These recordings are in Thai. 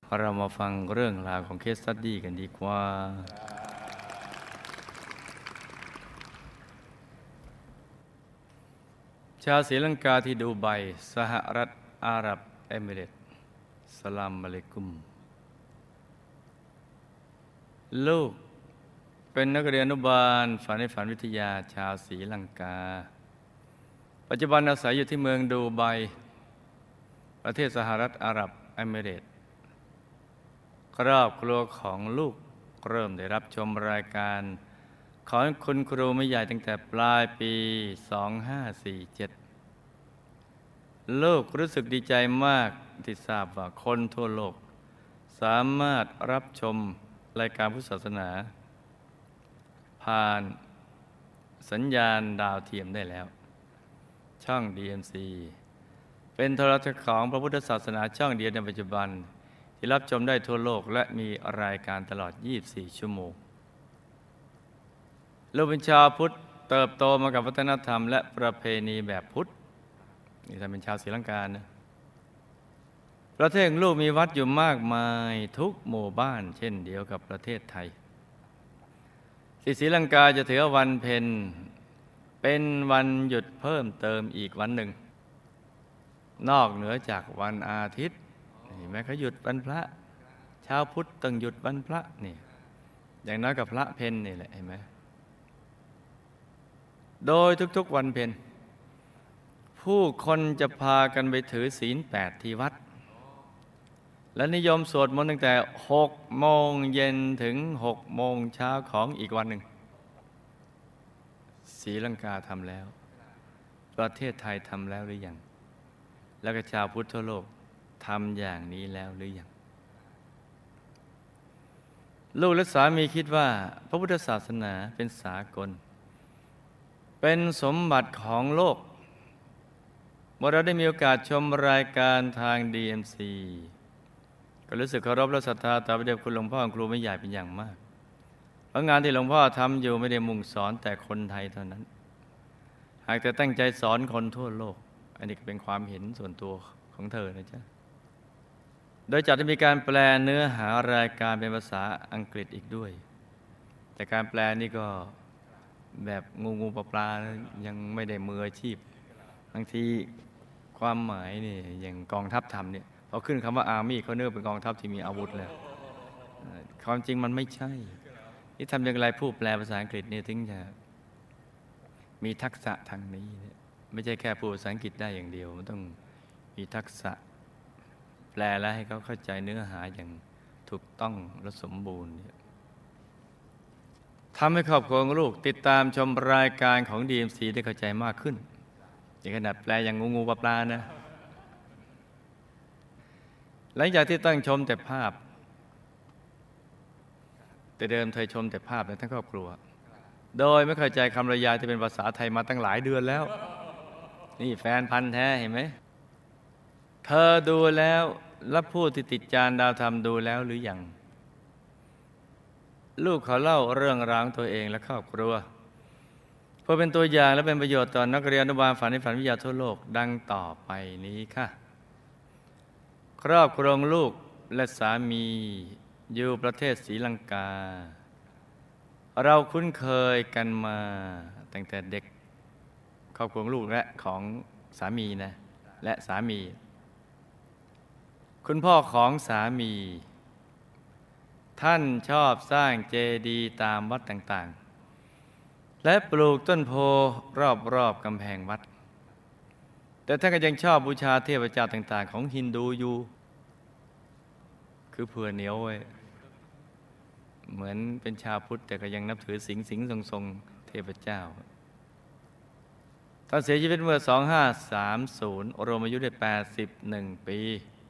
เรามาฟังเรื่องราวของเคสสตัดดี้กันดีกว่าชาวศรีลังกาที่ดูไบสหรัฐอาหรับเอมิเรตส์สลามอะลัยกุมลูกเป็นนักเรียนอนุบาลฝันวิทยาชาวศรีลังกาปัจจุบันอาศัยอยู่ที่เมืองดูไบประเทศสหรัฐอาหรับเอมิเรตส์ครอบครัวของลูกเริ่มได้รับชมรายการของคุณครูไม่ใหญ่ตั้งแต่ปลายปี 2547 ลูกรู้สึกดีใจมากที่ทราบว่าคนทั่วโลกสามารถรับชมรายการพุทธศาสนาผ่านสัญญาณดาวเทียมได้แล้ว ช่อง DMC เป็นโทรทัศน์ของพระพุทธศาสนาช่องเดียวในปัจจุบันที่รับชมได้ทั่วโลกและมีรายการตลอด 24 ชั่วโมงลูกเป็นชาวพุทธเติบโตมากับวัฒนธรรมและประเพณีแบบพุทธนี่ถ้าเป็นชาวศรีลังกานะประเทศของลูกมีวัดอยู่มากมายทุกหมู่บ้านเช่นเดียวกับประเทศไทยที่ศรีลังกาจะถือวันเพ็ญเป็นวันหยุดเพิ่มเติมอีกวันหนึ่งนอกเหนือจากวันอาทิตย์เห็นไหมเขาหยุดวันพระชาวพุทธต้องหยุดวันพระนี่อย่างน้อยกับพระเพ็ญนี่แหละเห็นไหมโดยทุกๆวันเพ็ญผู้คนจะพากันไปถือศีล 8ที่วัดและนิยมสวดมนต์ตั้งแต่6 โมงเย็นถึง6 โมงเช้าของอีกวันหนึ่งศรีลังกาทำแล้วประเทศไทยทำแล้วหรือยังแล้วก็ชาวพุทธทั่วโลกทำอย่างนี้แล้วหรือยังลูกและสามีคิดว่าพระพุทธศาสนาเป็นสากลเป็นสมบัติของโลกเมื่อเราได้มีโอกาสชมรายการทาง DMC ก็รู้สึกเคารพและศรัทธาต่อพระเดชคุณหลวงพ่อครูไม่ใหญ่เป็นอย่างมากเพราะงานที่หลวงพ่อทำอยู่ไม่ได้มุ่งสอนแต่คนไทยเท่านั้นหากแต่ตั้งใจสอนคนทั่วโลกอันนี้ก็เป็นความเห็นส่วนตัวของเธอนะจ๊ะโดยจัดให้มีการแปลเนื้อหารายการเป็นภาษาอังกฤษอีกด้วยแต่การแปลนี่ก็แบบงูปลายังไม่ได้มืออาชีพบางทีความหมายนี่อย่างกองทัพทำเนี่ยพอขึ้นคำว่าอาร์มี่เขาเนื้อเป็นกองทัพที่มีอาวุธแล้วความจริงมันไม่ใช่ที่ทำอย่างไรผู้แปลภาษาอังกฤษเนี่ยถึงจะมีทักษะทางนี้ไม่ใช่แค่พูดภาษาอังกฤษได้อย่างเดียวมันต้องมีทักษะแปลแล้วให้เขาเข้าใจเนื้อหาอย่างถูกต้องและสมบูรณ์ทำให้ครอบครัวของลูกติดตามชมรายการของ DMC ได้เข้าใจมากขึ้นอย่างขนาดแปลอย่างงูปลานะหลังจากที่ตั้งชมแต่ภาพแต่เดิมเธอชมแต่ภาพในทั้งครอบครัวโดยไม่เข้าใจคำบรรยายที่เป็นภาษาไทยมาตั้งหลายเดือนแล้วนี่แฟนพันธุ์แท้เห็นไหมเธอดูแล้วและผู้ที่ติดจานดาวธรรมดูแล้วหรือยังลูกเขาเล่าเรื่องราวตัวเองและครอบครัวเพื่อเป็นตัวอย่างและเป็นประโยชน์ต่อนักเรียนอนุบาลฝันวิทยาทั่วโลกดังต่อไปนี้ค่ะครอบครัวลูกและสามีอยู่ประเทศศรีลังกาเราคุ้นเคยกันมาตั้งแต่เด็กครอบครัวลูกและของสามีนะและสามีคุณพ่อของสามีท่านชอบสร้างเจดีย์ตามวัดต่างๆและปลูกต้นโพรอบๆกำแพงวัดแต่ท่านก็ยังชอบบูชาเทพเจ้าต่างๆของฮินดูอยู่คือเผื่อเหนียวไว้เหมือนเป็นชาวพุทธแต่ก็ยังนับถือสิงทรงเทพเจ้าท่านเสียชีวิตเมื่อ 2530 รวมอายุได้ 81 ปี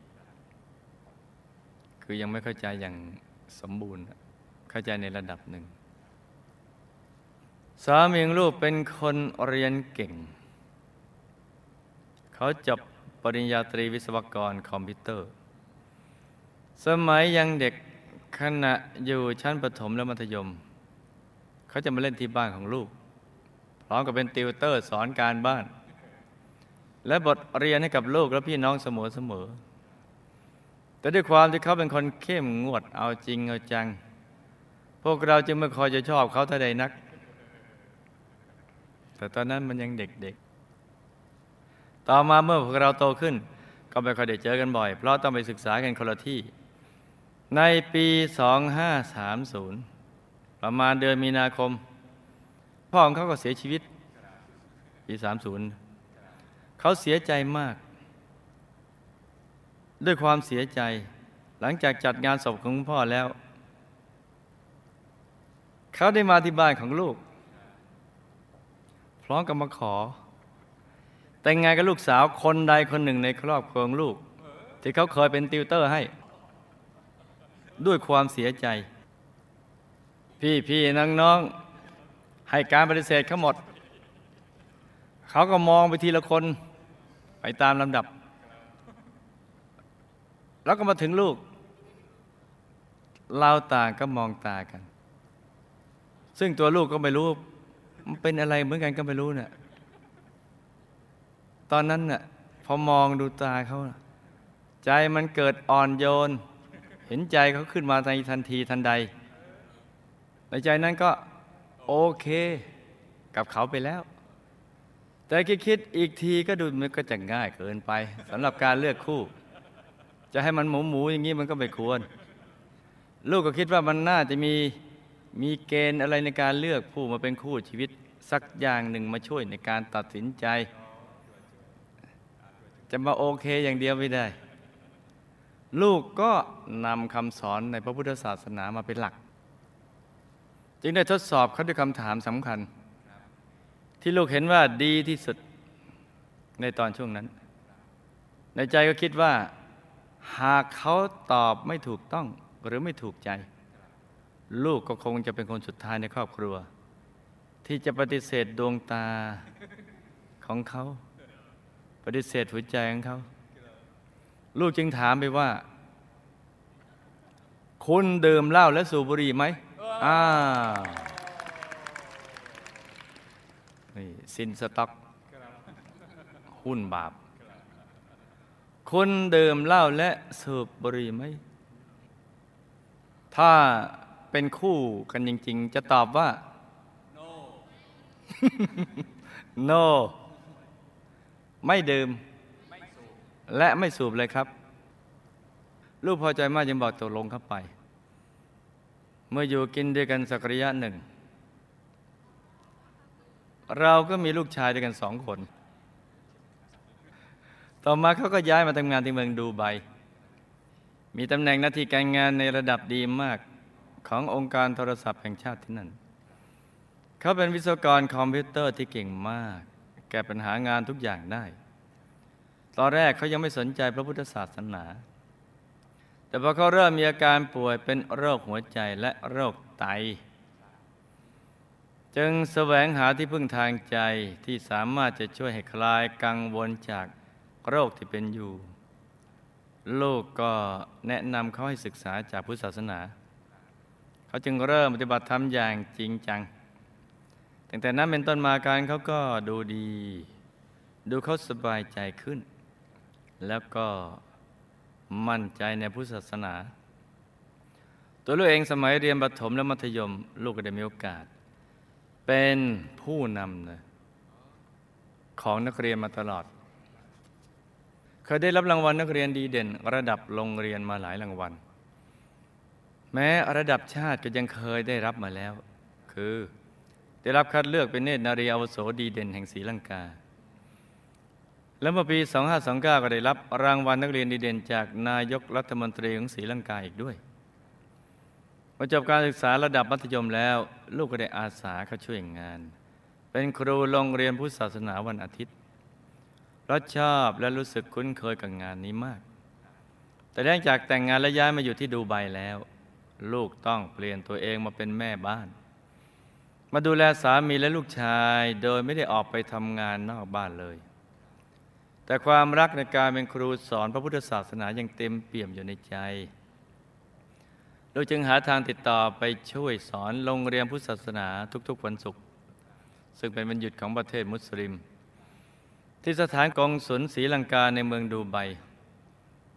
คือยังไม่เข้าใจอย่างสมบูรณ์เข้าใจในระดับหนึ่งสามีของลูกเป็นคนเรียนเก่งเขาจบปริญญาตรีวิศวกรคอมพิวเตอร์สมัยยังเด็กขณะอยู่ชั้นประถมและมัธยมเขาจะมาเล่นที่บ้านของลูกพร้อมกับเป็นติวเตอร์สอนการบ้านและบทเรียนให้กับลูกและพี่น้องเสมอแต่แต่ด้วยความที่เขาเป็นคนเข้มงวดเอาจริงเอาจังพวกเราจึงไม่ค่อยจะชอบเขาเท่าใดนักแต่ตอนนั้นมันยังเด็กๆต่อมาเมื่อพวกเราโตขึ้นก็ไม่ค่อยได้เจอกันบ่อยเพราะต้องไปศึกษากันคนละที่ในปี 2530 ประมาณเดือนมีนาคมพ่อของเขาก็เสียชีวิตปี 30เขาเสียใจมากด้วยความเสียใจหลังจากจัดงานศพของคุณพ่อแล้วเขาได้มาที่บ้านของลูกพร้อมกับมาขอแต่งงานกับลูกสาวคนใดคนหนึ่งในครอบครัวของลูกที่เขาเคยเป็นติวเตอร์ให้ด้วยความเสียใจพี่น้องๆให้การปฏิเสธเขาหมดเขาก็มองไปทีละคนไปตามลำดับแล้วก็มาถึงลูกเราต่างก็มองตากันซึ่งตัวลูกก็ไม่รู้มันเป็นอะไรเหมือนกันก็ไม่รู้เนี่ยตอนนั้นน่ะพอมองดูตาเขาใจมันเกิดอ่อนโยนเห็นใจเขาขึ้นมาในทันทีทันใดในใจนั้นก็โอเคกับเขาไปแล้วแต่คิดอีกทีก็ดูมันก็จะง่ายเกินไปสำหรับการเลือกคู่จะให้มันหมูอย่างนี้มันก็ไม่ควรลูกก็คิดว่ามันน่าจะมีเกณฑ์อะไรในการเลือกผู้มาเป็นคู่ชีวิตสักอย่างหนึ่งมาช่วยในการตัดสินใจจะมาโอเคอย่างเดียวไม่ได้ลูกก็นำคำสอนในพระพุทธศาสนามาเป็นหลักจึงได้ทดสอบเขาด้วยคำถามสำคัญที่ลูกเห็นว่าดีที่สุดในตอนช่วงนั้นในใจก็คิดว่าหากเขาตอบไม่ถูกต้องหรือไม่ถูกใจลูกก็คงจะเป็นคนสุดท้ายในครอบครัวที่จะปฏิเสธดวงตาของเขาปฏิเสธหัวใจของเขาลูกจึงถามไปว่าคุณดื่มเหล้าและสูบบุหรี่ไหมนี่สินสต็อกหุ้นบาปคุณดื่มเหล้าและสูบบุหรี่ไหมถ้าเป็นคู่กันจริงๆจะตอบว่า no ไม่ดื่มและไม่สูบเลยครับลูกพอใจมากจึงบอกตกลงเข้าไปเมื่ออยู่กินด้วยกันสักระยะหนึ่งเราก็มีลูกชายด้วยกัน2 คนต่อมาเขาก็ย้ายมาทำงานที่เมืองดูไบมีตำแหน่งหน้าที่การงานในระดับดีมากขององค์การโทรศัพท์แห่งชาติที่นั่นเขาเป็นวิศวกรคอมพิวเตอร์ที่เก่งมากแก้ปัญหางานทุกอย่างได้ตอนแรกเขายังไม่สนใจพระพุทธศาสนาแต่พอเขาเริ่มมีอาการป่วยเป็นโรคหัวใจและโรคไตจึงแสวงหาที่พึ่งทางใจที่สามารถจะช่วยให้คลายกังวลจากโรคที่เป็นอยู่ลูกก็แนะนำเขาให้ศึกษาจากพุทธศาสนาเขาจึงเริ่มปฏิบัติธรรมอย่างจริงจังตั้งแต่นั้นเป็นต้นมาการเขาก็ดูดีดูเขาสบายใจขึ้นแล้วก็มั่นใจในพุทธศาสนาตัวลูกเองสมัยเรียนประถมและมัธยมลูกก็ได้มีโอกาสเป็นผู้นำของนักเรียนมาตลอดเคยได้รับรางวัลนักเรียนดีเด่นระดับโรงเรียนมาหลายรางวัลแม้ระดับชาติก็ยังเคยได้รับมาแล้วคือได้รับคัดเลือกเป็นเนตรนารีอาวุโสดีเด่นแห่งศรีลังกาแล้วเมื่อปี 2529 ก็ได้รับรางวัลนักเรียนดีเด่นจากนายกรัฐมนตรีของศรีลังกาอีกด้วยพอจบการศึกษาระดับมัธยมแล้วลูกก็ได้อาสาเข้าช่วยงานเป็นครูโรงเรียนพุทธศาสนาวันอาทิตย์เพราะชอบและรู้สึกคุ้นเคยกับงานนี้มากแต่หลังจากแต่งงานและย้ายมาอยู่ที่ดูไบแล้วลูกต้องเปลี่ยนตัวเองมาเป็นแม่บ้านมาดูแลสามีและลูกชายโดยไม่ได้ออกไปทำงานนอกบ้านเลยแต่ความรักในการเป็นครูสอนพระพุทธศาสนายังเต็มเปี่ยมอยู่ในใจเราจึงหาทางติดต่อไปช่วยสอนโรงเรียนพุทธศาสนาทุกๆวันศุกร์ซึ่งเป็นวันหยุดของประเทศมุสลิมที่สถานกงสุลศรีลังกาในเมืองดูไบเ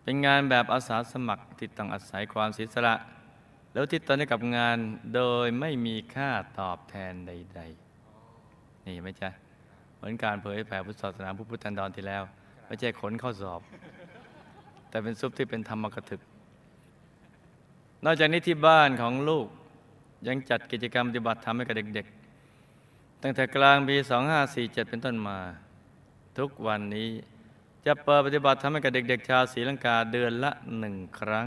เป็นงานแบบอาสาสมัครที่ต้องอาศัยความเสียสละแล้วที่ตนให้กับงานโดยไม่มีค่าตอบแทนใดๆนี่ไหมจ๊ะเหมือนการเผยแผ่พุทธศาสนาพระพุทธันดรที่แล้วไม่ใช่ขนข้อสอบแต่เป็นซุปที่เป็นธรรมกถึกนอกจากนี้ที่บ้านของลูกยังจัดกิจกรรมปฏิบัติธรรมให้กับเด็กๆตั้งแต่กลางปี 2547 เป็นต้นมาทุกวันนี้จะเปิดปฏิบัติธรรมให้กับเด็กๆชาวศรีลังกาเดือนละ1 ครั้ง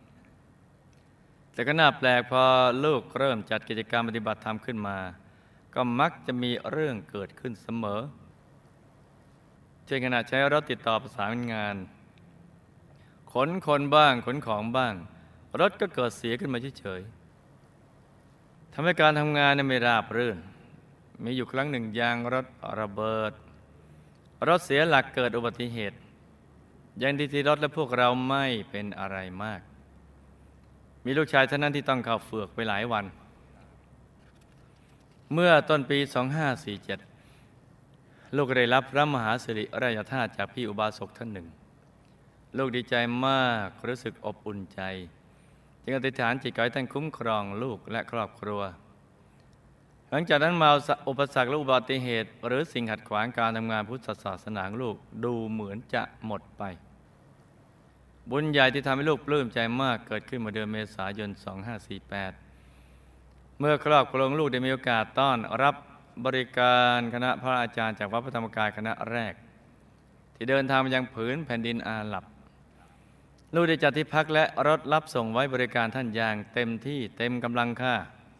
แต่ก็น่าแปลกพอลูกเริ่มจัดกิจกรรมปฏิบัติธรรมขึ้นมาก็มักจะมีเรื่องเกิดขึ้นเสมอเช่นขณะใช้รถติดต่อประสานงานขนคนบ้างขนของบ้างรถก็เกิดเสียขึ้นมาเฉยๆทำให้การทำงานไม่ราบรื่นมีอยู่ครั้งหนึ่งยางรถระเบิดรถเสียหลักเกิดอุบัติเหตุยังดีที่รถและพวกเราไม่เป็นอะไรมากมีลูกชายเท่านั้นที่ต้องเข้าเฝือกไปหลายวันเมื่อต้นปี 2547 ลูกได้รับพระมหาสิริราชธาตุจากพี่อุบาสกท่านหนึ่งลูกดีใจมากรู้สึกอบอุ่นใจจึงอธิษฐานจิตขอให้ท่านคุ้มครองลูกและครอบครัวหลังจากนั้นมาอุปสรรคและอุบัติเหตุหรือสิ่งขัดขวางการทำงานพุทธศาสนาของลูกดูเหมือนจะหมดไปบุญใหญ่ที่ทำให้ลูกปลื้มใจมากเกิดขึ้นเมื่อเดือนเมษายน 2548 เมื่อครอบครัวลูกได้มีโอกาสต้อนรับบริการคณะพระอาจารย์จากวัดพระธรรมกายคณะแรกที่เดินทางมายังผืนแผ่นดินอาหรับลูกได้จัดที่พักและรถรับส่งไว้บริการท่านอย่างเต็มที่เต็มกำลังค่ะ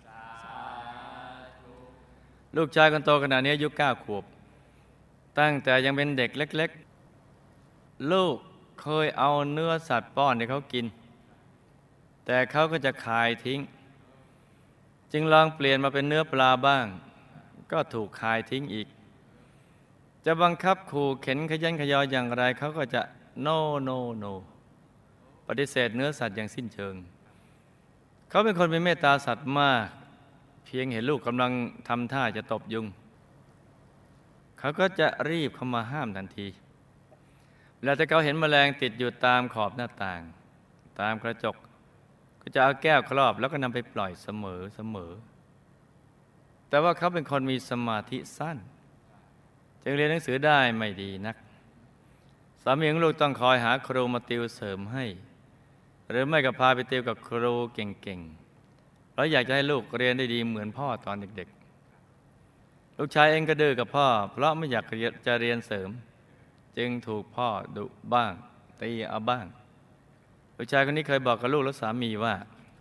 ลูกชายคนโตขณะนี้อายุ 9 ขวบตั้งแต่ยังเป็นเด็กเล็กๆลูกเคยเอาเนื้อสัตว์ป้อนให้เขากินแต่เขาก็จะคายทิ้งจึงลองเปลี่ยนมาเป็นเนื้อปลาบ้างก็ถูกคายทิ้งอีกจะบังคับขู่เข็นขยันขยออย่างไรเขาก็จะโนปฏิเสธเนื้อสัตว์อย่างสิ้นเชิงเขาเป็นคนมีเมตตาสัตว์มากเพียงเห็นลูกกำลังทำท่าจะตบยุงเขาก็จะรีบเข้ามาห้ามทันทีแล้วถ้าเขาเห็นแมลงติดอยู่ตามขอบหน้าต่างตามกระจกก็จะเอาแก้วครอบแล้วก็นำไปปล่อยเสมอแต่ว่าเขาเป็นคนมีสมาธิสั้นจึงเรียนหนังสือได้ไม่ดีนักสามีของลูกต้องคอยหาครูมาติวเสริมให้หรือไม่ก็พาไปติวกับครูเก่งๆเพราะอยากจะให้ลูกเรียนได้ดีเหมือนพ่อตอนเด็กๆลูกชายเองก็ดื้อกับพ่อเพราะไม่อยากจะเรียนเสริมจึงถูกพ่อดุบ้างตีเอาบ้างลูกชายคนนี้เคยบอกกับลูกและสามีว่า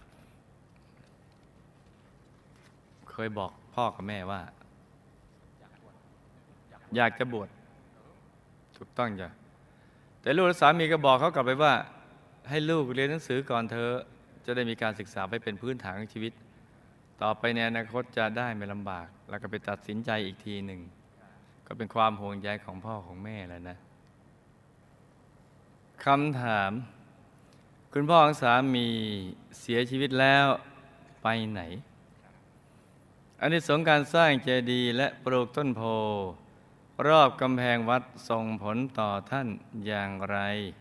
เคยบอกพ่อกับแม่ว่าอยากจะบวชถูกต้องจ้ะแต่ลูกและสามีก็บอกเขากลับไปว่าให้ลูกเรียนหนังสือก่อนเธอจะได้มีการศึกษาไปเป็นพื้นฐานของชีวิตต่อไปในอนาคตจะได้ไม่ลำบากแล้วก็ไปตัดสินใจอีกทีหนึ่งก็เป็นความห่วงใยของพ่อของแม่แล้วนะคำถามคุณพ่อของสามีเสียชีวิตแล้วไปไหนอานิสงส์การสร้างเจดีย์และปลูกต้นโพรอบกำแพงวัดส่งผลต่อท่านอย่างไร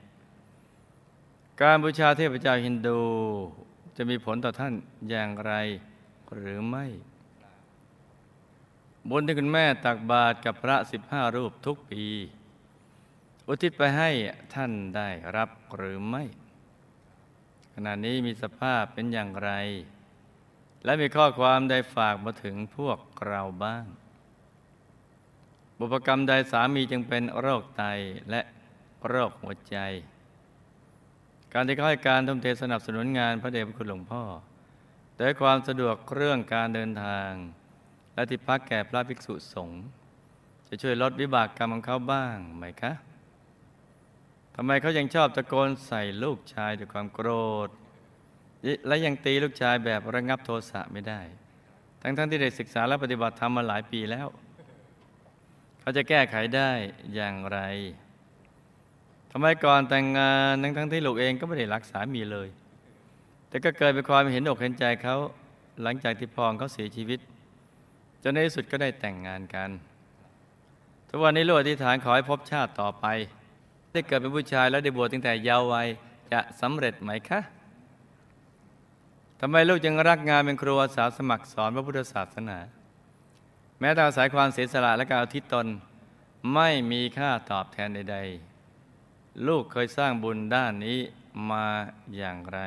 การบูชาเทพเจ้าฮินดูจะมีผลต่อท่านอย่างไรหรือไม่บุญที่คุณแม่ตักบาตรกับพระ15 รูปทุกปีอุทิศไปให้ท่านได้รับหรือไม่ขณะนี้มีสภาพเป็นอย่างไรและมีข้อความใดฝากมาถึงพวกเราบ้างบุพกรรมใดสามีจึงเป็นโรคไตและโรคหัวใจการที่เขาให้การทุ่มเทสนับสนุนงานพระเดชพระคุณหลวงพ่อโดยความสะดวกเรื่องการเดินทางและที่พักแก่พระภิกษุสงฆ์จะช่วยลดวิบากกรรมของเขาบ้างไหมคะทำไมเขายังชอบตะโกนใส่ลูกชายด้วยความโกรธและยังตีลูกชายแบบระงับโทสะไม่ได้ทั้งที่ได้ศึกษาและปฏิบัติธรรมมาหลายปีแล้วเขาจะแก้ไขได้อย่างไรทำไมก่อนแต่งงานทั้งที่ลูกเองก็ไม่ได้รักสามีเลยแต่ก็เกิดเป็นความเห็นอกเห็นใจเขาหลังจากที่พ่อเขาเสียชีวิตจนในที่สุดก็ได้แต่งงานกันทุกวันนี้ลูกอธิษฐานขอให้พบชาติต่อไปได้เกิดเป็นผู้ชายแล้วได้บวชตั้งแต่เยาว์วัยจะสำเร็จไหมคะทำไมลูกจึงรักงานเป็นครูอาสาสมัครสอนพระพุทธศาสนาแม้แต่อาศัยความเสียสละและการอุทิศตนไม่มีค่าตอบแทนใดๆลูกเคยสร้างบุญด้านนี้มาอย่างไร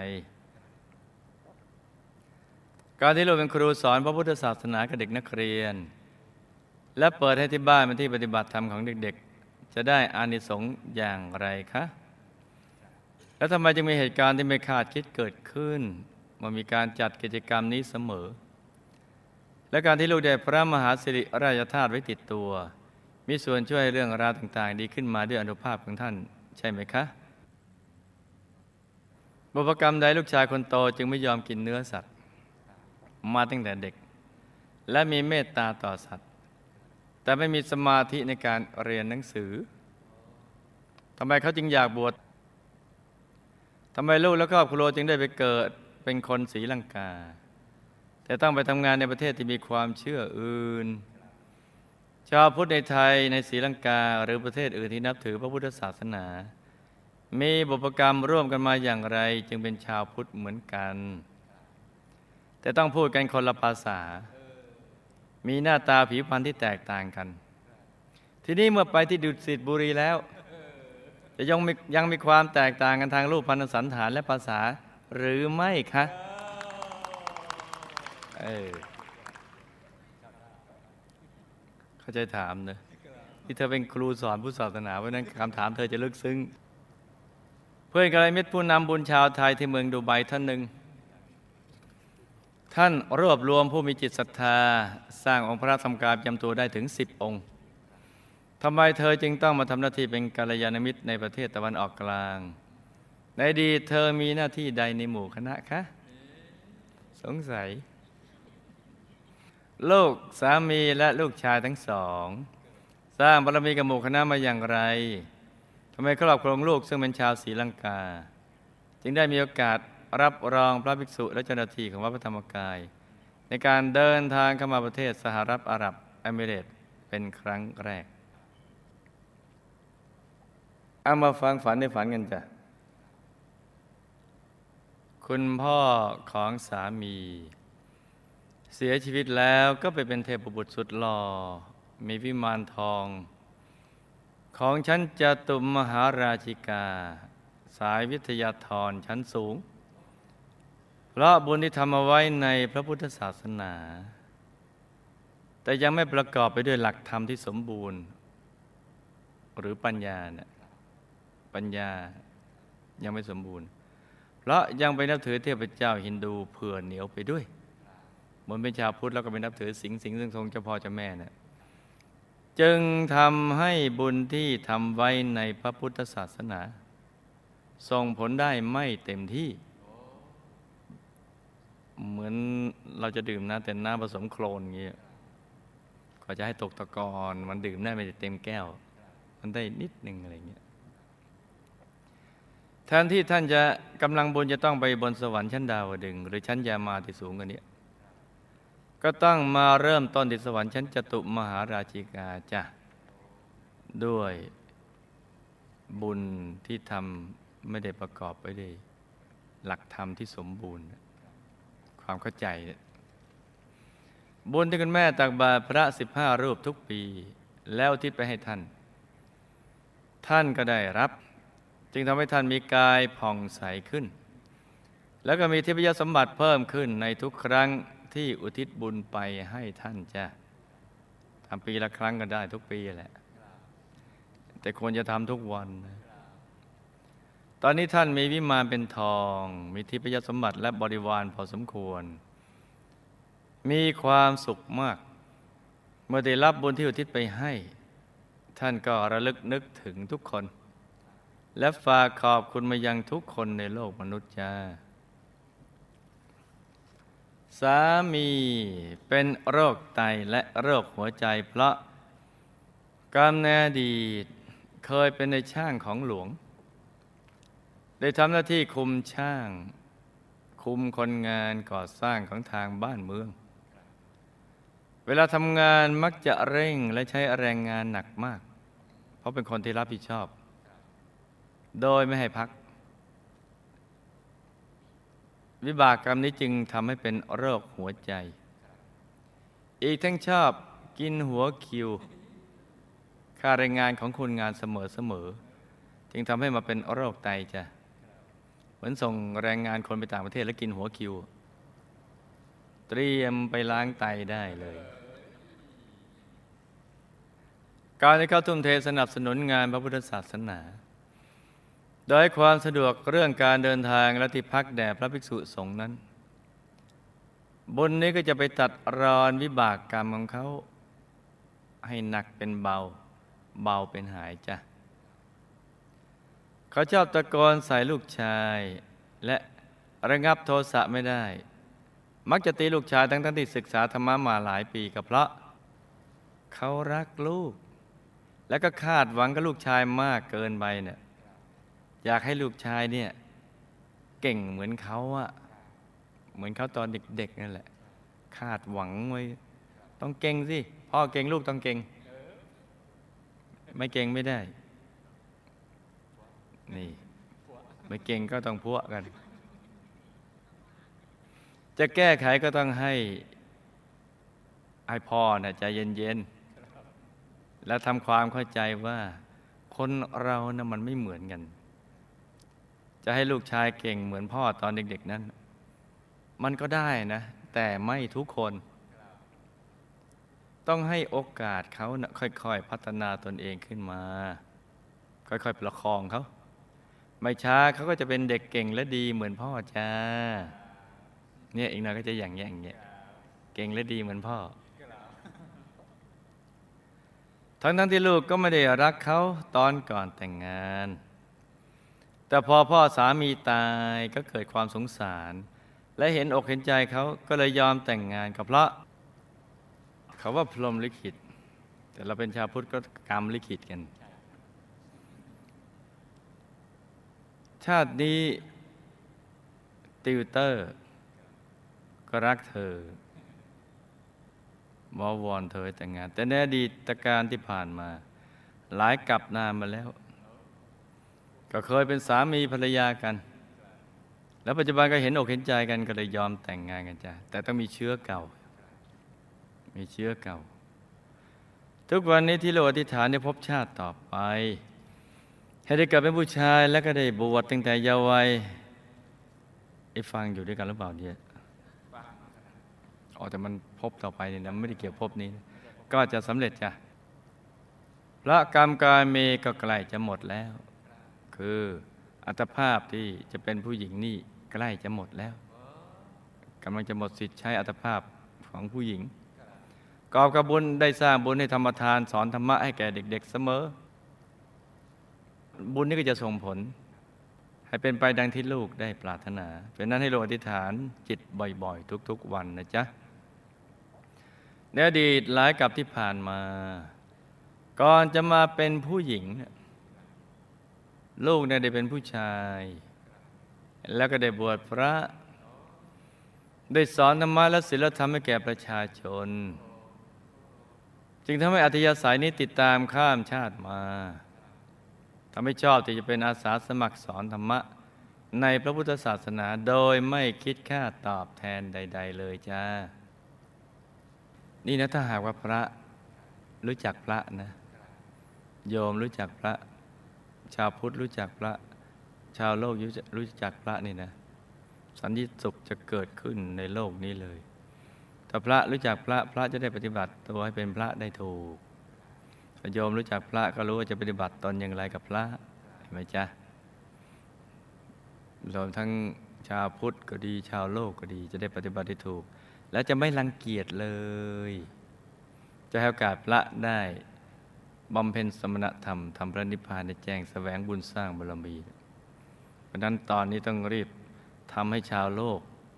การที่ลูกเป็นครูสอนพระพุทธศาสนากับเด็กนักเรียนและเปิดให้ที่บ้านเป็นที่ปฏิบัติธรรมของเด็กๆจะได้อานิสงส์อย่างไรคะแล้วทำไมจึงมีเหตุการณ์ที่ไม่คาดคิดเกิดขึ้นเมื่อมีการจัดกิจกรรมนี้เสมอและการที่ลูกได้พระมหาสิริราชธาตุไว้ติดตัวมีส่วนช่วยให้เรื่องราวต่างๆดีขึ้นมาด้วยอานุภาพของท่านใช่ไหมคะบุพกรรมใดลูกชายคนโตจึงไม่ยอมกินเนื้อสัตว์มาตั้งแต่เด็กและมีเมตตาต่อสัตว์แต่ไม่มีสมาธิในการเรียนหนังสือทำไมเขาจึงอยากบวชทำไมลูกและครอบครัวจึงได้ไปเกิดเป็นคนศรีลังกาแต่ต้องไปทำงานในประเทศที่มีความเชื่ออื่นชาวพุทธในไทยในศรีลังกาหรือประเทศอื่นที่นับถือพระพุทธศาสนามีบุพกรรมร่วมกันมาอย่างไรจึงเป็นชาวพุทธเหมือนกันแต่ต้องพูดกันคนละภาษามีหน้าตาผิวพรรณที่แตกต่างกันทีนี้เมื่อไปที่ดุสิตบุรีแล้วจะยังมีความแตกต่างกันทางรูปพรรณสันฐานและภาษาหรือไม่คะเข้าใจถามเนอะที่เธอเป็นครูสอนพุทธศาสนาเพราะนั้นคำถามเธอจะลึกซึ้งเพื่อนกัลยาณมิตรผู้นำบุญชาวไทยที่เมืองดูไบท่านหนึ่งท่านรวบรวมผู้มีจิตศรัทธาสร้างองค์พระธรรมกายประจำตัวได้ถึง10 องค์ทำไมเธอจึงต้องมาทำหน้าที่เป็นกัลยาณมิตรในประเทศตะวันออกกลางในอดีตเธอมีหน้าที่ใดในหมู่คณะคะสงสัยลูกสามีและลูกชายทั้งสองสร้างบารมีกับหมู่คณะมาอย่างไรทำไมครอบครัวลูกซึ่งเป็นชาวศรีลังกาจึงได้มีโอกาสรับรองพระภิกษุและเจ้าหน้าที่ของวัดพระธรรมกายในการเดินทางเข้ามาประเทศสหรัฐอาหรับเอมิเรตส์เป็นครั้งแรกเอามาฟังฝันในฝันกันจ้ะคุณพ่อของสามีเสียชีวิตแล้วก็ไปเป็นเทพบุตรสุดหล่อมีวิมานทองของชั้นจตุมหาราชิกาสายวิทยาธรชั้นสูงเพราะบุญที่ทำเอาไว้ในพระพุทธศาสนาแต่ยังไม่ประกอบไปด้วยหลักธรรมที่สมบูรณ์หรือปัญญาเนี่ยปัญญายังไม่สมบูรณ์เพราะยังไปนับถือเทพเจ้าฮินดูเผื่อเหนียวไปด้วยเหมือนเป็นชาวพุทธแล้วก็ไปนับถือสิงซึ่งทรงเจ้าพ่อเจ้าแม่เนี่ยจึงทำให้บุญที่ทำไว้ในพระพุทธศาสนาส่งผลได้ไม่เต็มที่เหมือนเราจะดื่มน้ำแต่น้ำผสมโคลนอย่างเงี้ยก็จะให้ตกตะกอนมันดื่มได้ไม่เต็มแก้วมันได้นิดนึงอะไรเงี้ยแทนที่ท่านจะกำลังบุญจะต้องไปบนสวรรค์ชั้นดาวดึงส์หรือชั้นยามาที่สูงกว่านี้ก็ต้องมาเริ่มต้นที่สวรรค์ชั้นจตุมหาราชิกาจ้ะด้วยบุญที่ทำไม่ได้ประกอบไปด้วยหลักธรรมที่สมบูรณ์ความเข้าใจบุญที่คุณแม่ตักบาตรพระ15 รูปทุกปีแล้วอุทิศไปให้ท่านท่านก็ได้รับจึงทำให้ท่านมีกายผ่องใสขึ้นแล้วก็มีทิพยสมบัติเพิ่มขึ้นในทุกครั้งที่อุทิศบุญไปให้ท่านจ้ะทำปีละครั้งก็ได้ทุกปีแหละแต่ควรจะทำทุกวันนะตอนนี้ท่านมีวิมานเป็นทองมีทิพยสมบัติและบริวารพอสมควรมีความสุขมากเมื่อได้รับบุญที่อุทิศไปให้ท่านก็ระลึกนึกถึงทุกคนและฝากขอบคุณมายังทุกคนในโลกมนุษย์จ้าสามีเป็นโรคไตและโรคหัวใจเพราะกรรมในอดีตเคยเป็นในช่างของหลวงได้ทำหน้าที่คุมช่างคุมคนงานก่อสร้างของทางบ้านเมืองเวลาทำงานมักจะเร่งและใช้แรงงานหนักมากเพราะเป็นคนที่รับผิดชอบโดยไม่ให้พักวิบากกรรมนี้จึงทำให้เป็นโรคหัวใจ อีกทั้งชอบกินหัวคิวค่ารายงานของคุณงานเสมอจึงทำให้มาเป็นโรคไตจ้ะเหมือนส่งแรงงานคนไปต่างประเทศแล้วกินหัวคิวเตรียมไปล้างไตได้เลยการที่เขาทุ่มเทสนับสนุนงานพระพุทธศาสนาโดยความสะดวกเรื่องการเดินทางและที่พักแด่พระภิกษุสงฆ์นั้นบุญนี้ก็จะไปตัดรอนวิบากกรรมของเขาให้หนักเป็นเบาเบาเป็นหายจ้ะเขาชอบตะโกนใส่ลูกชายและระงับโทสะไม่ได้มักจะตีลูกชายทั้งที่ศึกษาธรรมะมาหลายปีก็เพราะเขารักลูกและก็คาดหวังกับลูกชายมากเกินไปเนี่ยอยากให้ลูกชายเนี่ยเก่งเหมือนเขาอะเหมือนเขาตอนเด็กๆนั่นแหละคาดหวังไว้ต้องเก่งสิพ่อเก่งลูกต้องเก่งไม่เก่งไม่ได้นี่ไม่เก่งก็ต้องพัวกันจะแก้ไขก็ต้องให้พ่อน่ะใจเย็นๆแล้วทำความเข้าใจว่าคนเรานะมันไม่เหมือนกันจะให้ลูกชายเก่งเหมือนพ่อตอนเด็กๆนั้นมันก็ได้นะแต่ไม่ทุกคนต้องให้โอกาสเขานะค่อยๆพัฒนาตนเองขึ้นมาค่อยๆประคองเขาไม่ช้าเขาก็จะเป็นเด็กเก่งและดีเหมือนพ่อจ้าเนี่ยอีกหน่อยก็จะอย่างเงี้ยเก่งและดีเหมือนพ่อทั้งที่ลูกก็ไม่ได้รักเขาตอนก่อนแต่งงานแต่พอพ่อสามีตายก็เกิดความสงสารและเห็นอกเห็นใจเขาก็เลยยอมแต่งงานกับเพราะเขาว่าพรหมลิขิตแต่เราเป็นชาวพุทธก็กรรมลิขิตกันชาตินี้ติวเตอร์ก็รักเธอวอนเธอแต่งงานแต่ในอดีตการที่ผ่านมาหลายกับนานมาแล้วก็เคยเป็นสามีภรรยากันแล้วปัจจุบันก็เห็นอกเห็นใจกันก็เลยยอมแต่งงานกันจ้ะแต่ต้องมีเชื้อเก่าทุกวันนี้ที่เราอธิษฐานได้พบชาติต่อไปให้ได้เกิดเป็นผู้ชายแล้วก็ได้บวชตั้งแต่เยาว์วัยฟังอยู่ด้วยกันหรือเปล่าเนี่ยแต่มันพบต่อไปเนี่ยนะไม่ได้เกี่ยวพบนี้ก็จะสำเร็จจ้ะพระกรรมการเมก็ใกล้จะหมดแล้วคืออัตภาพที่จะเป็นผู้หญิงนี่ใกล้จะหมดแล้วกำลังจะหมดสิทธิ์ใช้อัตภาพของผู้หญิงกอบกับบุญได้สร้างบุญให้ธรรมทานสอนธรรมะให้แก่เด็กๆเสมอบุญนี้ก็จะส่งผลให้เป็นไปดังที่ลูกได้ปรารถนาเพราะนั้นให้เราอธิษฐานจิตบ่อยๆทุกๆวันนะจ๊ะในอดีตหลายกับที่ผ่านมาก่อนจะมาเป็นผู้หญิงลูกเนี่ยได้เป็นผู้ชายแล้วก็ได้บวชพระได้สอนธรรมะและศีลธรรมให้แก่ประชาชนจึงทำให้อัธยาศัยนี้ติดตามข้ามชาติมาทำให้ชอบที่จะเป็นอาสาสมัครสอนธรรมะในพระพุทธศาสนาโดยไม่คิดค่าตอบแทนใดๆเลยจ้านี่นะถ้าหากว่าพระรู้จักพระนะโยมรู้จักพระชาวพุทธรู้จักพระชาวโลกรู้จักพระนี่นะสันติสุขจะเกิดขึ้นในโลกนี้เลยถ้าพระรู้จักพระจะได้ปฏิบัติตัวให้เป็นพระได้ถูกถ้าโยมรู้จักพระก็รู้ว่าจะปฏิบัติตนอย่างไรกับพระเห็นไหมจ๊ะรวมทั้งชาวพุทธก็ดีชาวโลกก็ดีจะได้ปฏิบัติที่ถูกและจะไม่รังเกียจเลยจะให้โอกาสพระได้บำเพ็ญสมณธรรมทำพระนิพพานในแจ้งแสวงบุญสร้างบารมีเพราะนั้นตอนนี้ต้องรีบทำให้ชาวโลก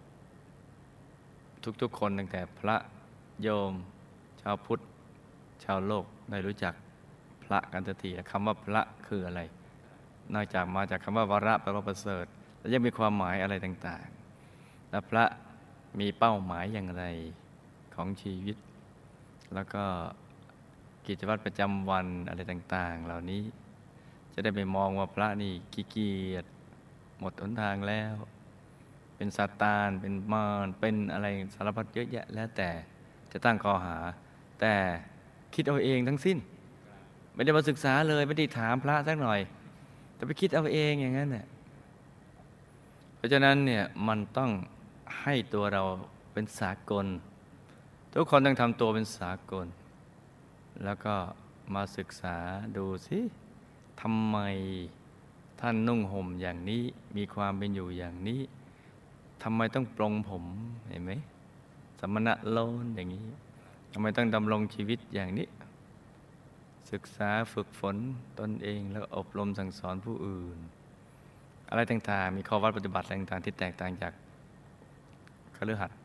ทุกๆคนตั้งแต่พระโยมชาวพุทธชาวโลกได้รู้จักพระกันทีคำว่าพระคืออะไรนอกจากมาจากคำว่าวระแปลว่าประเสริฐแล้วยังมีความหมายอะไรต่างๆและพระมีเป้าหมายอย่างไรของชีวิตแล้วก็กิจวัตรประจำวันอะไรต่างๆเหล่านี้จะได้ไม่มองว่าพระนี่ขี้เกียจหมดหนทางแล้วเป็นซาตานเป็นมารเป็นอะไรสารพัดเยอะแยะแล้วแต่จะตั้งข้อหาแต่คิดเอาเองทั้งสิ้นไม่ได้มาศึกษาเลยไม่ได้ถามพระสักหน่อยแต่ไปคิดเอาเองอย่างนั้นเนี่ยเพราะฉะนั้นเนี่ยมันต้องให้ตัวเราเป็นสากลทุกคนต้องทำตัวเป็นสากลแล้วก็มาศึกษาดูสิทำไมท่านนุ่งห่มอย่างนี้มีความเป็นอยู่อย่างนี้ทำไมต้องปลงผมเห็นไหมสมณะโลนอย่างนี้ทำไมต้องดำรงชีวิตอย่างนี้ศึกษาฝึกฝนตนเองแล้วอบรมสั่งสอนผู้อื่นอะไรต่างๆมีข้อวัดปฏิบัติอะไรต่างๆที่แตกต่างจากคฤหัสถ์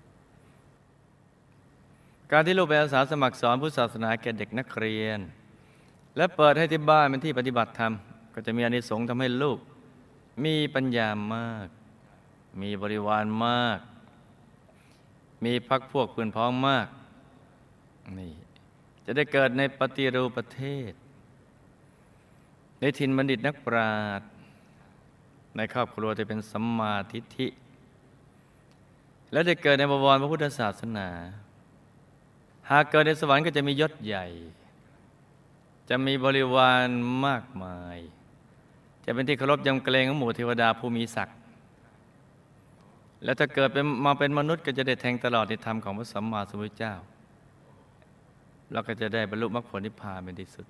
การที่ลูกไปอาสาสมัครสอนพุทธศาสนาแก่เด็กนักเรียนและเปิดให้ที่บ้านเป็นที่ปฏิบัติธรรมก็จะมีอานิสงส์ทำให้ลูกมีปัญญามากมีบริวารมากมีพรรคพวกเพื่อนพ้องมากนี่จะได้เกิดในปฏิรูปประเทศในถิ่นบัณฑิตนักปราชญ์ในครอบครัวจะเป็นสัมมาทิฏฐิและได้เกิดในบวรพระพุทธศาสนาหากเกิดในสวรรค์ก็จะมียศใหญ่จะมีบริวารมากมายจะเป็นที่เคารพยำเกรงของหมู่เทวดาผู้มีศักดิ์แล้วถ้าเกิดมาเป็นมนุษย์ก็จะได้แทงตลอดในธรรมของพระสัมมาสัมพุทธเจ้าแล้วก็จะได้บรรลุมรรคผลนิพพานเป็นที่สุด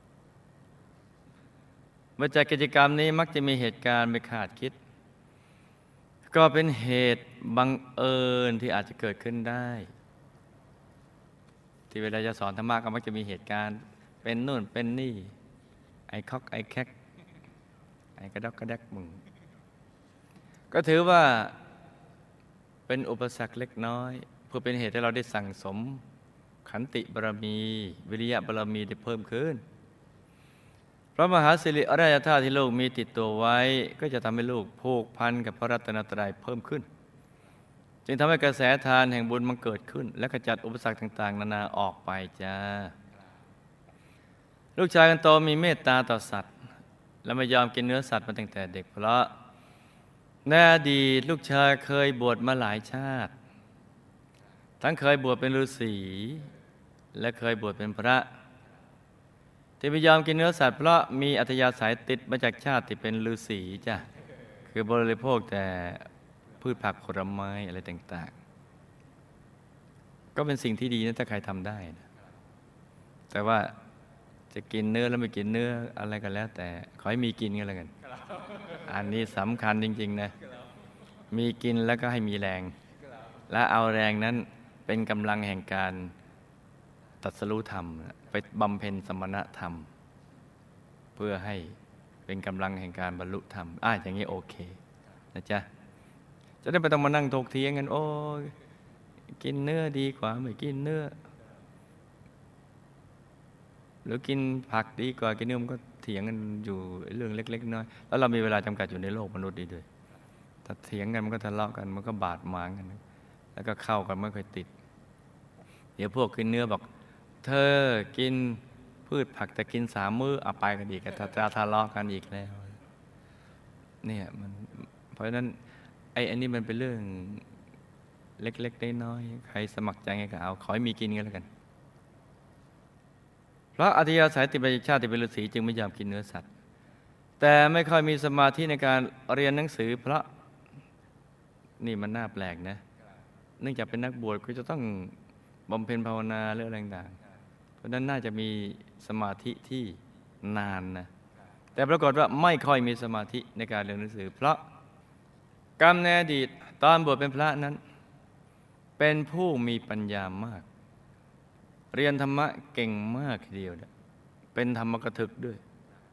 เมื่อจากกิจกรรมนี้มักจะมีเหตุการณ์ไม่คาดคิดก็เป็นเหตุบังเอิญที่อาจจะเกิดขึ้นได้ที่เวลาจะสอนธรรมะก็มักจะมีเหตุการณ์เป็นนู่นเป็นนี่ไอ้คอกไอ้แคกไอ้กระดอกกระแดกมึงก็ถือว่าเป็นอุปสรรคเล็กน้อยเพื่อเป็นเหตุให้เราได้สั่งสมขันติบารมีวิริยะบารมีได้เพิ่มขึ้นพระมหาสิริราชธาตุที่ลูกมีติดตัวไว้ก็จะทำให้ลูกผูกพันกับพระรัตนตรัยเพิ่มขึ้นจึงทำให้กระแสทานแห่งบุญมันเกิดขึ้นและขจัดอุปสรรคต่างๆนานาออกไปจ้าลูกชายคนโตมีเมตตาต่อสัตว์และไม่ยอมกินเนื้อสัตว์มาตั้งแต่เด็กเพราะในอดีตลูกชายเคยบวชมาหลายชาติทั้งเคยบวชเป็นฤาษีและเคยบวชเป็นพระที่ไม่ยอมกินเนื้อสัตว์เพราะมีอัธยาศัยติดมาจากชาติที่เป็นฤาษีจ้ะคือบริโภคแต่พืชผักผลไม้อะไรต่างๆก็เป็นสิ่งที่ดีนะถ้าใครทำได้นะแต่ว่าจะกินเนื้อแล้วไม่กินเนื้ออะไรกันแล้วแต่ขอให้มีกินกันแล้วกันอันนี้สำคัญจริงๆนะมีกินแล้วก็ให้มีแรงและเอาแรงนั้นเป็นกำลังแห่งการตรัสรู้ธรรมไปบำเพ็ญสมณธรรมเพื่อให้เป็นกำลังแห่งการบรรลุธรรมอย่างนี้โอเคนะจ๊ะจะได้ไม่ต้องมานั่งถกเถียงกันโอ้กินเนื้อดีกว่าไม่กินเนื้อหรือกินผักดีกว่ากินเนื้อมันก็เถียงกันอยู่เรื่องเล็กๆน้อยแล้วเรามีเวลาจำกัดอยู่ในโลกมนุษย์ดีด้วยถ้าเถียงกันมันก็ทะเลาะกันมันก็บาดหมางกันแล้วก็เข้ากันไม่ค่อยติดเดี๋ยวพวกกินเนื้อบอกเธอกินพืชผักแต่กิน3 มื้อไปกันอีกก็จะทะเลาะกันอีกแล้วเนี่ยมันเพราะฉะนั้นอันนี้มันเป็นเรื่องเล็กๆน้อยๆใครสมัครใจไงก็เอาขอให้มีกินกันแล้วกันเพราะอัธยาศัยติดมาจากชาติเป็นฤาษีจึงไม่ยอมกินเนื้อสัตว์แต่ไม่ค่อยมีสมาธิในการเรียนหนังสือเพราะนี่มันน่าแปลกนะเนื่องจากเป็นนักบวชก็จะต้องบำเพ็ญภาวนาเรื่องต่างๆเพราะนั้นน่าจะมีสมาธิที่นานนะแต่ปรากฏว่าไม่ค่อยมีสมาธิในการเรียนหนังสือเพราะกรรมในอดีตตอนบวชเป็นพระนั้นเป็นผู้มีปัญญามากเรียนธรรมะเก่งมากทีเดียวเป็นธรรมกถึกด้วย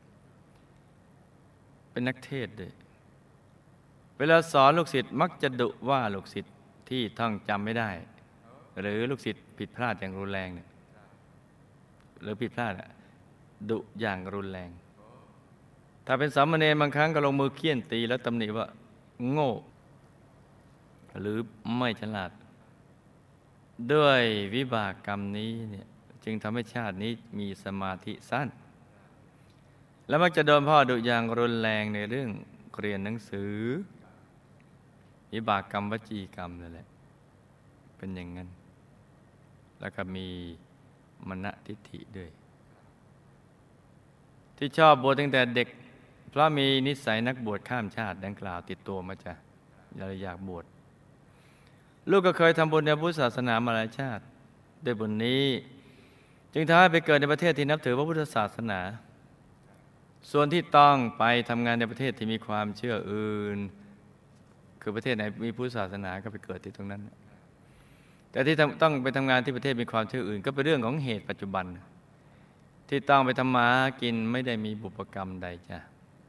เป็นนักเทศน์ด้วยเวลาสอนลูกศิษย์มักจะดุว่าลูกศิษย์ที่ท่องจำไม่ได้หรือลูกศิษย์ผิดพลาดอย่างรุนแรงเนี่ยหรือผิดพลาดดุอย่างรุนแรงถ้าเป็นสามเณรบางครั้งก็ลงมือเคี่ยนตีแล้วตำหนิว่าโง่หรือไม่ฉลาดด้วยวิบากกรรมนี้เนี่ยจึงทำให้ชาตินี้มีสมาธิสั้นและมักจะโดนพ่อดุอย่างรุนแรงในเรื่องเรียนหนังสือวิบากกรรมวจีกรรมนั่นแหละเป็นอย่างนั้นแล้วก็มีมณทิฏฐิด้วยที่ชอบบวชตั้งแต่เด็กเพราะมีนิสัยนักบวชข้ามชาติดังกล่าวติดตัวมาจ้ะเลยอยากบวชลูกก็เคยทำบุญในพุทธศาสนามาหลายชาติด้วยบุญนี้จึงทำให้ไปเกิดในประเทศที่นับถือพระพุทธศาสนาส่วนที่ต้องไปทำงานในประเทศที่มีความเชื่ออื่นคือประเทศไหนมีพุทธศาสนาก็ไปเกิดที่ตรงนั้นแต่ที่ต้องไปทำงานที่ประเทศมีความเชื่ออื่นก็เป็นเรื่องของเหตุปัจจุบันที่ต้องไปทำมากินไม่ได้มีบุพกรรมใดจ้ะ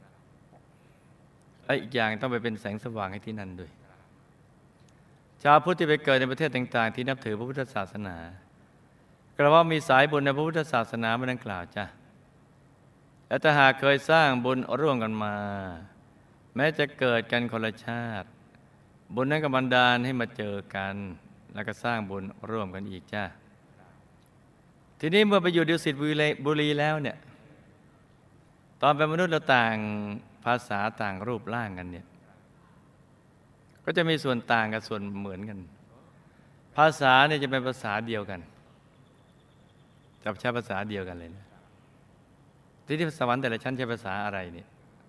อีกอย่างต้องไปเป็นแสงสว่างให้ที่นั่นด้วยชาวพุทธที่ไปเกิดในประเทศต่างๆที่นับถือพระพุทธศาสนากระว่ามีสายบุญในพระพุทธศาสนามาดังกล่าวจ้ะและถ้าหากเคยสร้างบุญร่วมกันมาแม้จะเกิดกันคนละชาติบุญนั้นก็บันดาลให้มาเจอกันแล้วก็สร้างบุญร่วมกันอีกจ้ะทีนี้เมื่อไปอยู่ดุสิตบุรีแล้วเนี่ยตอนเป็นมนุษย์เราต่างภาษาต่างรูปร่างกันเนี่ยก็จะมีส่วนต่างกับส่วนเหมือนกันภาษาเนี่ยจะเป็นภาษาเดียวกันจะใช้ภาษาเดียวกันเลยนะที่สวรรค์แต่ละชั้นใช้ภาษาอะไรเนี่ย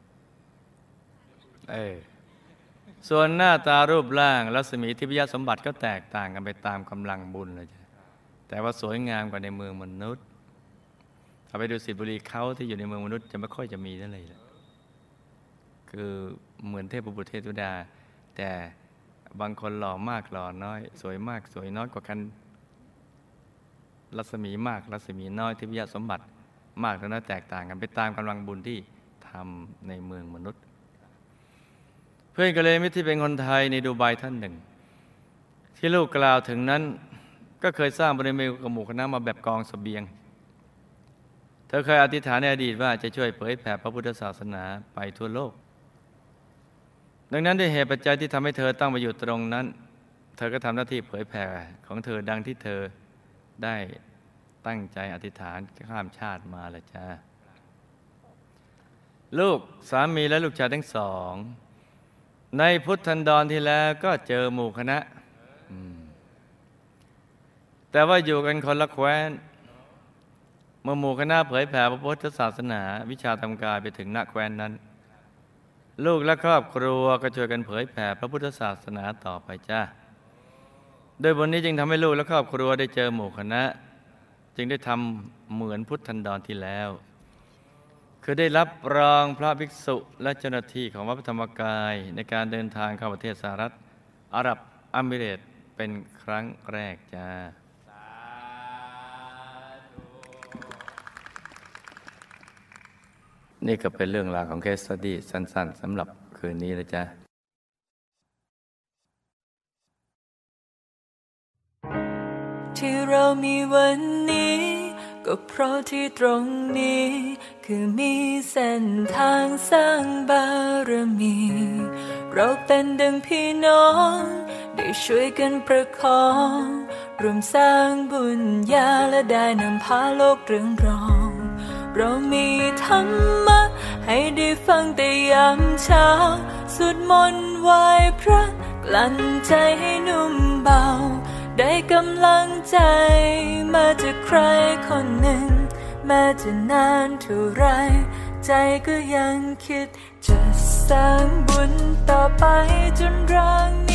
ส่วนหน้าตารูปร่างรัศมีทิพยสมบัติก็แตกต่างกันไปตามกำลังบุญเลยจ้ะแต่ว่าสวยงามกว่าในเมืองมนุษย์ถ้าไปดูดุสิตบุรีเขาที่อยู่ในเมืองมนุษย์จะไม่ค่อยจะมีนั่นเลยคือเหมือนเทพบุตรเทพธิดาแต่บางคนหล่อมากหล่อน้อยสวยมากสวยน้อยกว่ากันรัศมีมากรัศมีน้อยทิพยสมบัติมากแล้วนะแตกต่างกันไปตามกำลังบุญที่ทำในเมืองมนุษย์เพื่อนกัลยาณมิตรที่เป็นคนไทยในดูไบท่านหนึ่งที่ลูกกล่าวถึงนั้นก็เคยสร้างบริเวณกับหมู่คณะมาแบบกองเสบียงเธอเคยอธิษฐานในอดีตว่าจะช่วยเผยแผ่พระพุทธศาสนาไปทั่วโลกดังนั้นด้วยเหตุปัจจัยที่ทำให้เธอต้องมาอยู่ตรงนั้นเธอก็ทำหน้าที่เผยแผ่ของเธอดังที่เธอได้ตั้งใจอธิษฐานข้ามชาติมาแล้วจ้าลูกสามีและลูกชายทั้งสองในพุทธันดรที่แล้วก็เจอหมู่คณะแต่ว่าอยู่กันคนละแคว้นเมื่อหมู่คณะเผยแผ่พระพุทธศาสนาวิชาธรรมกายไปถึงณแคว้นนั้นลูกและครอบครัวก็ช่วยกันเผยแผ่พระพุทธศาสนาต่อไปจ้าโดยบนนี้จึงทำให้ลูกและครอบครัวได้เจอหมู่คณะจึงได้ทำเหมือนพุทธันดรที่แล้วคือได้รับรองพระภิกษุและเจ้าหน้าที่ของวัดพระธรรมกายในการเดินทางเข้าประเทศสหรัฐอาหรับเอมิเรตส์เป็นครั้งแรกจ้านี่ก็เป็นเรื่องราวของเคสสตั๊ดดี้สั้นๆสำหรับคืนนี้นะจ๊ะที่เรามีวันนี้ก็เพราะที่ตรงนี้คือมีเส้นทางสร้างบารมีเราเป็นดังพี่น้องได้ช่วยกันประคองรวมสร้างบุญญาและได้นำพาโลกเรืองรองเรามีธรรมะให้ได้ฟังแต่ยามเช้าสวดมนต์ไหว้พระกลั่นใจให้นุ่มเบาได้กำลังใจมาจากใครคนหนึ่งแม้จะนานเท่าไรใจก็ยังคิดจะสร้างบุญต่อไปจนร่าง